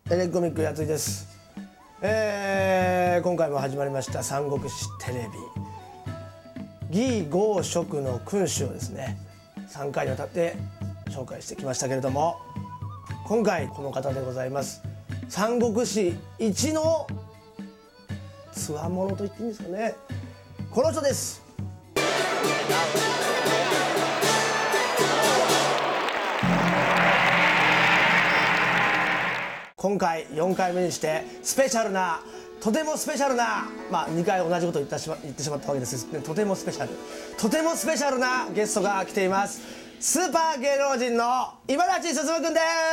エレコミックやついです。今回も始まりました三国志テレビ義豪蜀の君主をですね3回にわたって紹介してきましたけれども、今回この方でございます。三国志一のつわものと言っていいんですかね、この人です。今回4回目にしてスペシャルな、とてもスペシャルな、2回同じことを言ってしまったわけですね。とてもスペシャルなゲストが来ています。スーパー芸能人の今立進君です。 どうも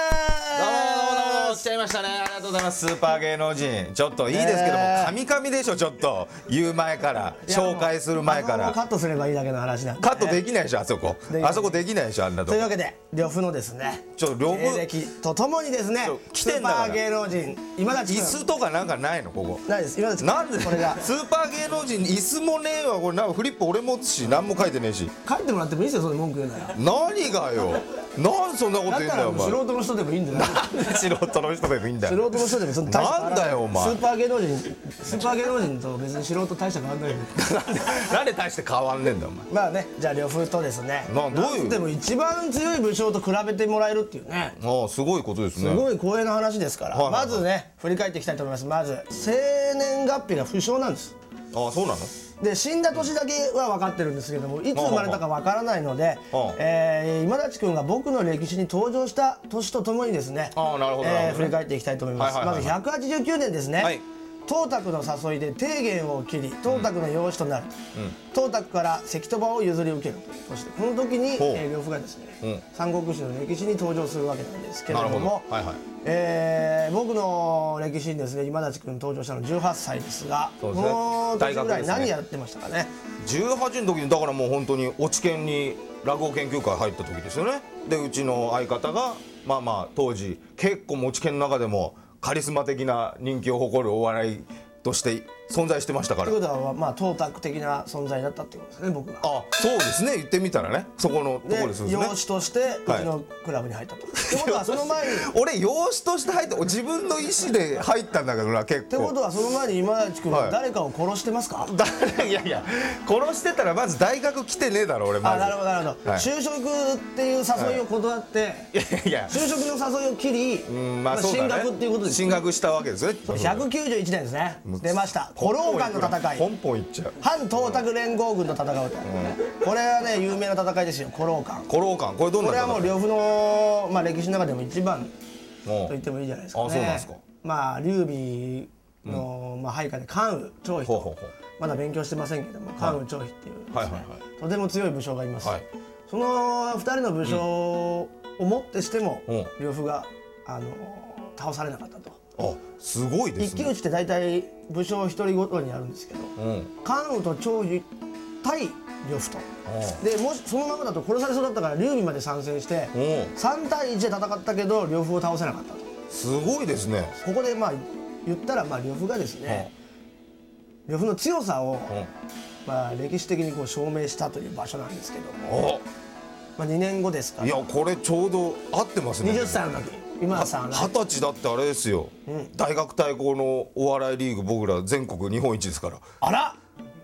来ちゃいましたね。ありがとうございます。スーパー芸能人、ちょっといいですけども、カミカミでしょ。ちょっと言う前から、紹介する前からカットすればいいだけの話なんで、ね、 カットできないでしょ。あそこできないでしょ、あんなとこ。 というわけで呂布のですね経歴とともにですね、 来てんだからスーパー芸能人今立君、 椅子とかなんかないのここ。 ないです。今立君なんでこれがスーパー芸能人椅子もねえわ。これなんかフリップ俺持つし、何も書いてねえし。 書いてもらってもいいですよ、それ文句言うなら。 何がよ、なんでそんなこと言うんだよお前。 素人の人でもいいんだよ。 素人の人でもいいんだよ。 素人の人でもそんな大したなんだよお前。 スーパー芸能人と別に素人大した変わんないよ。 なんで大して変わんねえんだお前。 じゃあ呂布とですね、 どういうでも一番強い武将と比べてもらえるっていうね、 すごいことですね。 すごい光栄な話ですから、 はいはいはいまずね振り返っていきたいと思います。まず生年月日が不詳なんです。 そうなの。 で死んだ年だけは分かってるんですけども、いつ生まれたか分からないので、今立君が僕の歴史に登場した年とともにですね、 なるほど振り返っていきたいと思います。まず189年ですね、 はい、 董卓の誘いで提言を切り董卓の養子となる、董卓から関戸場を譲り受けるという年で、この時に呂布がですね、三国志の歴史に登場するわけなんですけれども、僕の歴史にですね今立君登場したの18歳ですが、この時ぐらい何やってましたかね。 18の時にだからもう本当に落研に落語研究会入った時ですよね。でうちの相方が当時結構落研の中でもカリスマ的な人気を誇るお笑いとして存在してましたから。 ということは董卓的な存在だったってことですね、僕が。 そうですね、言ってみたらね、そこのところですね。 養子としてうちのクラブに入ったと。ってことはその前に俺養子として入って自分の意思で入ったんだけどな、結構。 ってことはその前に今立君は誰かを殺してますか。 いや殺してたらまず大学来てねえだろ俺。まずなるほどなるほど、就職っていう誘いを断って、就職の誘いを切り、進学っていうことですね。 進学したわけですね。 191年ですね、出ました古老館の戦い。 ポンポンいっちゃう。 反董卓連合軍と戦うと、これはね有名な戦いですよ、古老館。 これどんな戦い。 これはもう呂布の、歴史の中でも一番と言ってもいいじゃないですかね。 そうなんですか。 劉備の、配下で関羽張飛と、まだ勉強してませんけども、関羽張飛っていうですね、とても強い武将がいます。その2人の武将をもってしても呂布が倒されなかったと。 すごいですね。 一騎打ちって大体武将一人ごとにやるんですけど、関羽と張飛対呂布と。でもしそのままだと殺されそうだったから劉備まで参戦して3対1で戦ったけど呂布を倒せなかったと。 すごいですね。 ここで言ったら呂布がですね、呂布の強さを歴史的にこう証明したという場所なんですけども、2年後ですから。 いやこれちょうど合ってますね。 20歳の時、今さん 20歳だってあれですよ、大学対抗のお笑いリーグ僕ら全国日本一ですから。 あら、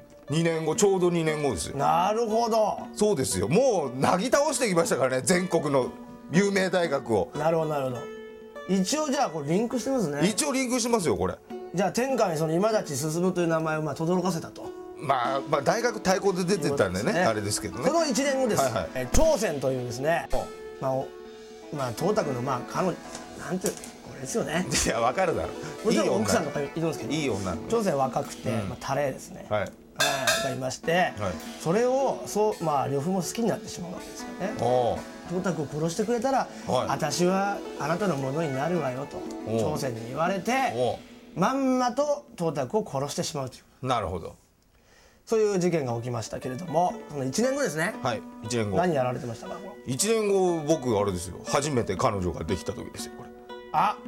2年後、ちょうど2年後ですよ。 なるほど。 そうですよ、もうなぎ倒してきましたからね、全国の有名大学を。 なるほどなるほど。一応じゃあこれリンクしてますね。 一応リンクしてますよこれ。 じゃあ天下にその今立進という名前を轟かせたと。 大学対抗で出てたんでね、あれですけどね。 その1年後です。張翦というですね、董卓の彼女なんてこれですよね。 いや分かるだろ。 もちろん奥さんとかいるんですけど、 いい女。 張翦若くてタレですね。がいまして、 はい、 それを呂布も好きになってしまうわけですよね。董卓を殺してくれたら、私はあなたのものになるわよと張翦に言われて、まんまと董卓を殺してしまうという。 なるほど。 そういう事件が起きましたけれども、その1年後ですね。 はい、1年後。 何やられてましたか。 1年後僕あれですよ、初めて彼女ができた時ですよこれ。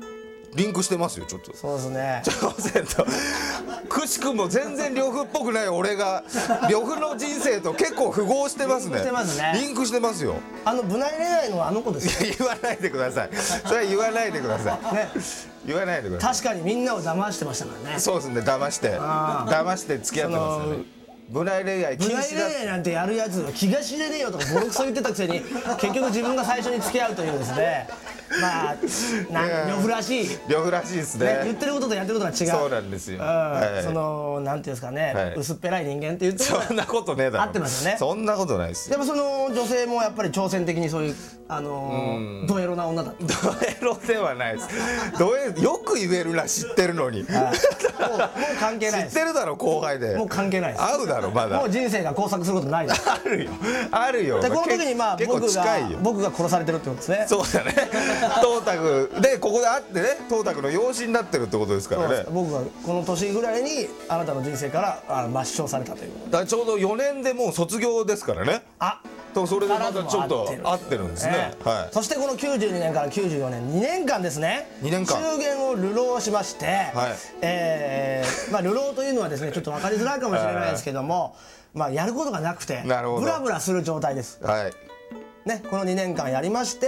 リンクしてますよちょっと。 そうですね。 朝鮮とくしくも全然呂布っぽくない俺が呂布の人生と結構符合してますね。 リンクしてますね。 リンクしてますよ。 部内恋愛のあの子ですよ。 言わないでください。それは言わないでください。 ね。 言わないでください。 確かにみんなを騙してましたからね。 そうですね、騙して付き合ってますよね。部内恋愛禁止だ。 部内恋愛なんてやるやつ気が知れねえよとかボロクソ言ってたくせに結局自分が最初に付き合うというですね。まあ呂布らしい。 呂布らしいですね。 言ってることとやってることが違う。 そうなんですよ。 そのなんていうんですかね、薄っぺらい人間って言ってそんなことねえだろ。 合ってますよね。 そんなことないです。 でもその女性もやっぱり挑戦的にそういうドエロな女だった。 ドエロではないです。よく言えるな、知ってるのに。もう関係ないです。 知ってるだろ後輩で。 もう関係ないです。 合うだろまだ。 もう人生が交錯することないです。 あるよ。あるよ。 でこの時にまあ僕が殺されてるってことですね。 そうだね。トータクでここで会ってね、トータクの養子になってるってことですからね。 僕がこの年ぐらいにあなたの人生から抹消されたという。 だからちょうど4年でもう卒業ですからね。とそれでまたちょっと合ってるんですね。はい。 そしてこの92年から94年2年間ですね。 2年間。 中元を流浪しまして、まあ流浪というのはですねちょっと分かりづらいかもしれないですけども、まあやることがなくてブラブラする状態です。はい。ね、この2年間やりまして、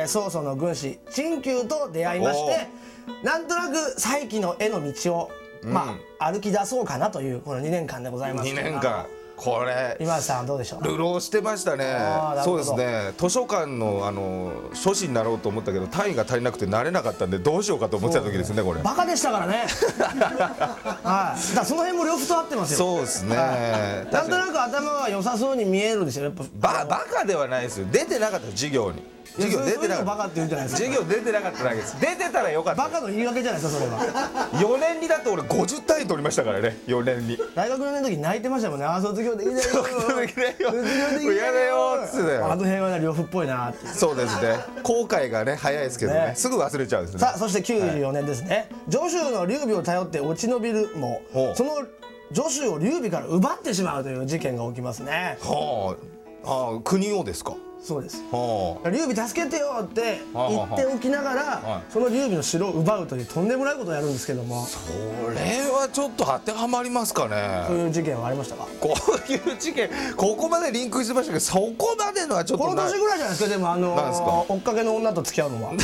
曹操の軍師陳旧と出会いまして、なんとなく再起の絵の道を、まあ歩き出そうかなというこの2年間でございます。 2年間これ今田さんどうでしょう。 流浪してましたね。そうですね。図書館の書士になろうと思ったけど単位が足りなくてなれなかったんでどうしようかと思ってた時ですねこれ。 バカでしたからね。はい。だその辺も両方と合ってますよ。 そうですね。 なんとなく頭は良さそうに見えるんですよ。やっぱバカではないですよ。出てなかった授業に。授業出てなかった。 バカって言うんじゃないですか。 授業出てなかっただけです。出てたらよかった。 バカの言い訳じゃないですかそれは。 4年にだって俺50単位取りましたからね。4年に。 大学4年の時泣いてましたもんね。卒業できないよ。卒業できないよ。 やだよっつって。 あの辺はね呂布っぽいなって。 そうですね。後悔がね早いですけどね。すぐ忘れちゃうんですね。 さあそして94年ですね。徐州の劉備を頼って落ち延びるもその徐州を劉備から奪ってしまうという事件が起きますね。 国をですか。 そうです。劉備助けてよって言っておきながらその劉備の城を奪うというとんでもないことをやるんですけども、 それはちょっと当てはままりすかね。 そういう事件はありましたか。 こういう事件ここまでリンクしてましたけどそこまでのはちょっとこの年ぐらいじゃないですか。でも追っかけの女と付き合うのは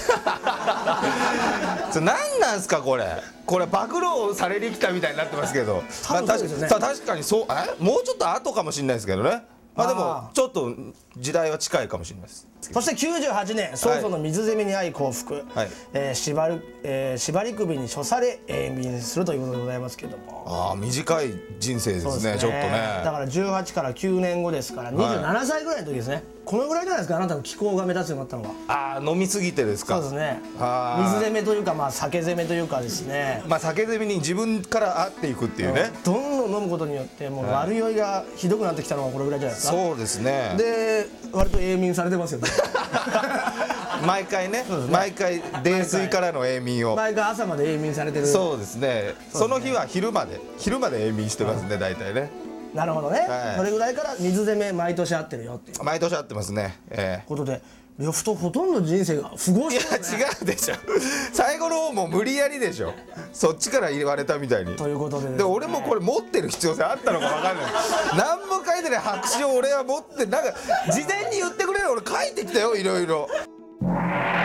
何なんですかこれ暴露されに来たみたいになってますけど、確かにそうもうちょっと後かもしれないですけどね。まあでもちょっと時代は近いかもしれないです。 そして98年曹操の水攻めに遭い降伏、縛り首に処され永眠するということでございますけども。 短い人生ですねちょっとね。 だから18から9年後ですから27歳ぐらいの時ですね。このぐらいじゃないですかあなたの気候が目立つようになったのは。 飲みすぎてですか。 そうですね。水攻めというかまあ酒攻めというかですね。 まあ酒攻めに自分から会っていくっていうね。 どんどん飲むことによってもう悪酔いがひどくなってきたのがこれぐらいじゃないですか。 そうですね。 で割と永眠されてますよね。 毎回ね、毎回泥酔からの永眠を毎回朝まで永眠されてる。 そうですね。その日は昼まで永眠してますね大体ね。 なるほどね。それぐらいから水攻め毎年会ってるよっていう。 毎年会ってますね。 ことで呂布とほとんど人生が符合してますね。 いや違うでしょ。最後の方も無理やりでしょ。そっちから言われたみたいに。 ということで。 で俺もこれ持ってる必要性あったのか分かんない。何も書いてない白紙を俺は持ってなんか事前に言ってくれる俺書いてきたよいろいろ。